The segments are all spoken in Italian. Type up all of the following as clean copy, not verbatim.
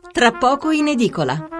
Tra poco in edicola.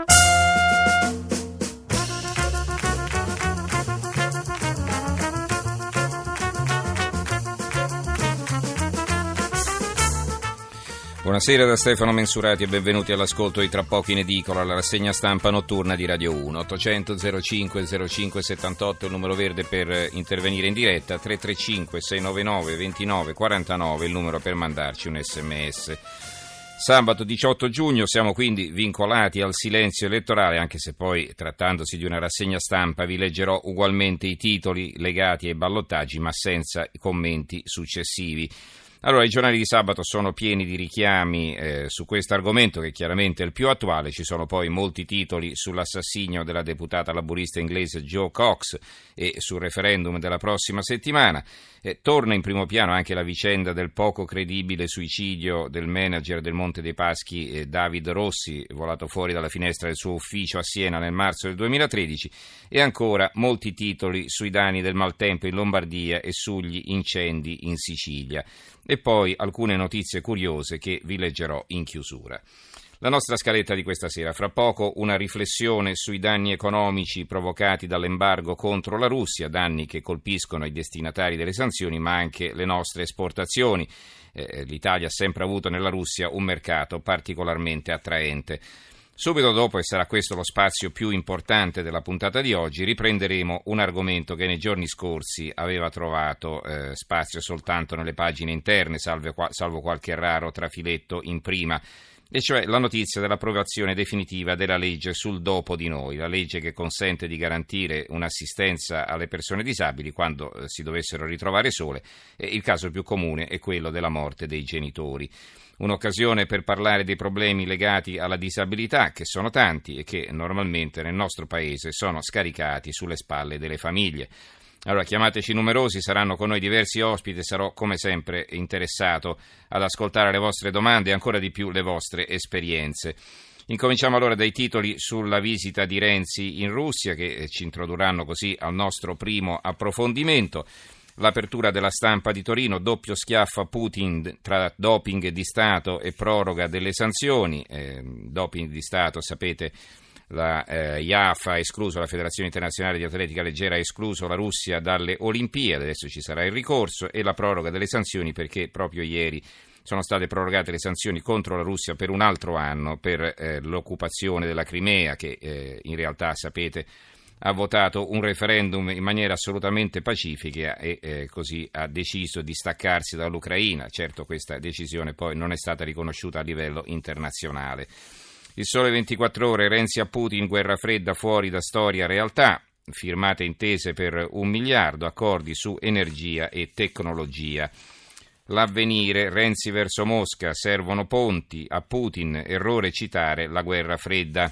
Buonasera da Stefano Mensurati e benvenuti all'ascolto di Tra poco in edicola, la rassegna stampa notturna di Radio 1. 800 05 05 78 il numero verde per intervenire in diretta, 335 699 29 49 il numero per mandarci un sms. Sabato 18 giugno siamo quindi vincolati al silenzio elettorale, anche se poi, trattandosi di una rassegna stampa, vi leggerò ugualmente i titoli legati ai ballottaggi ma senza commenti successivi. Allora, i giornali di sabato sono pieni di richiami su questo argomento, che chiaramente è il più attuale. Ci sono poi molti titoli sull'assassinio della deputata laburista inglese Jo Cox e sul referendum della prossima settimana. Torna in primo piano anche la vicenda del poco credibile suicidio del manager del Monte dei Paschi David Rossi, volato fuori dalla finestra del suo ufficio a Siena nel marzo del 2013, e ancora molti titoli sui danni del maltempo in Lombardia e sugli incendi in Sicilia. E poi alcune notizie curiose che vi leggerò in chiusura. La nostra scaletta di questa sera: fra poco una riflessione sui danni economici provocati dall'embargo contro la Russia, danni che colpiscono i destinatari delle sanzioni ma anche le nostre esportazioni. L'Italia ha sempre avuto nella Russia un mercato particolarmente attraente. Subito dopo, e sarà questo lo spazio più importante della puntata di oggi, riprenderemo un argomento che nei giorni scorsi aveva trovato spazio soltanto nelle pagine interne, salvo qualche raro trafiletto in prima, e cioè la notizia dell'approvazione definitiva della legge sul dopo di noi, la legge che consente di garantire un'assistenza alle persone disabili quando si dovessero ritrovare sole. Il caso più comune è quello della morte dei genitori. Un'occasione per parlare dei problemi legati alla disabilità, che sono tanti e che normalmente nel nostro paese sono scaricati sulle spalle delle famiglie. Allora, chiamateci numerosi, saranno con noi diversi ospiti e sarò come sempre interessato ad ascoltare le vostre domande e ancora di più le vostre esperienze. Incominciamo allora dai titoli sulla visita di Renzi in Russia, che ci introdurranno così al nostro primo approfondimento. L'apertura della Stampa di Torino: doppio schiaffo a Putin tra doping di Stato e proroga delle sanzioni. Doping di Stato, sapete, la IAAF ha escluso, la Federazione Internazionale di Atletica Leggera ha escluso la Russia dalle Olimpiadi, adesso ci sarà il ricorso, e la proroga delle sanzioni perché proprio ieri sono state prorogate le sanzioni contro la Russia per un altro anno per l'occupazione della Crimea, che in realtà, sapete, ha votato un referendum in maniera assolutamente pacifica e così ha deciso di staccarsi dall'Ucraina. Certo, questa decisione poi non è stata riconosciuta a livello internazionale. Il Sole 24 Ore: Renzi a Putin, guerra fredda fuori da storia realtà, firmate intese per $1 miliardo, accordi su energia e tecnologia. L'Avvenire: Renzi verso Mosca, servono ponti, a Putin errore citare la guerra fredda.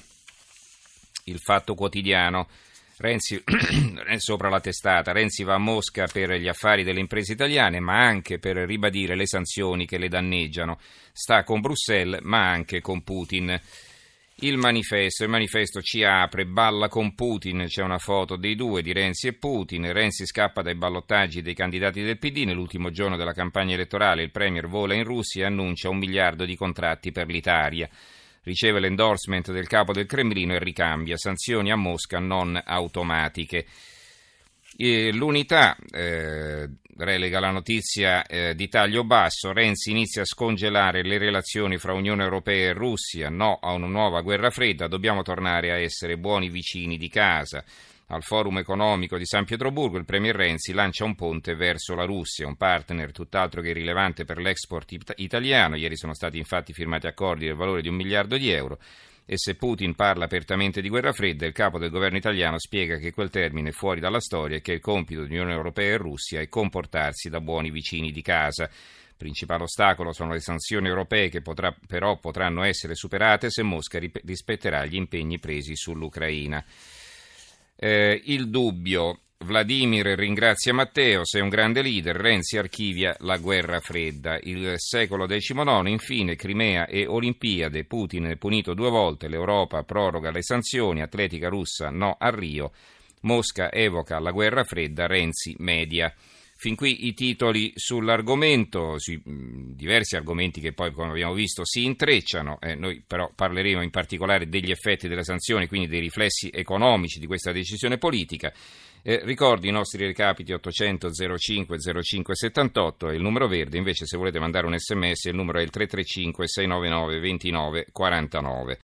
Il Fatto Quotidiano: Renzi sopra la testata, Renzi va a Mosca per gli affari delle imprese italiane ma anche per ribadire le sanzioni che le danneggiano, sta con Bruxelles ma anche con Putin. Il manifesto ci apre, balla con Putin, c'è una foto dei due, di Renzi e Putin. Renzi scappa dai ballottaggi dei candidati del PD, nell'ultimo giorno della campagna elettorale il premier vola in Russia e annuncia $1 miliardo di contratti per l'Italia. Riceve l'endorsement del capo del Cremlino e ricambia, sanzioni a Mosca non automatiche. L'Unità relega la notizia di taglio basso: Renzi inizia a scongelare le relazioni fra Unione Europea e Russia, no a una nuova guerra fredda, dobbiamo tornare a essere buoni vicini di casa. Al forum economico di San Pietroburgo il premier Renzi lancia un ponte verso la Russia, un partner tutt'altro che rilevante per l'export italiano. Ieri sono stati infatti firmati accordi del valore di $1 miliardo, e se Putin parla apertamente di guerra fredda, il capo del governo italiano spiega che quel termine è fuori dalla storia e che il compito dell'Unione Europea e Russia è comportarsi da buoni vicini di casa. Principale ostacolo sono le sanzioni europee che però potranno essere superate se Mosca rispetterà gli impegni presi sull'Ucraina. Il Dubbio: Vladimir ringrazia Matteo, sei un grande leader, Renzi archivia la guerra fredda. Il Secolo XIX, infine, Crimea e Olimpiade, Putin è punito 2 volte, l'Europa proroga le sanzioni, atletica russa no a Rio, Mosca evoca la guerra fredda, Renzi media. Fin qui i titoli sull'argomento, diversi argomenti che poi, come abbiamo visto, si intrecciano. Noi però parleremo in particolare degli effetti delle sanzioni, quindi dei riflessi economici di questa decisione politica. Ricordi i nostri recapiti 800 05 05 78 e il numero verde, invece se volete mandare un sms il numero è il 335 699 29 49.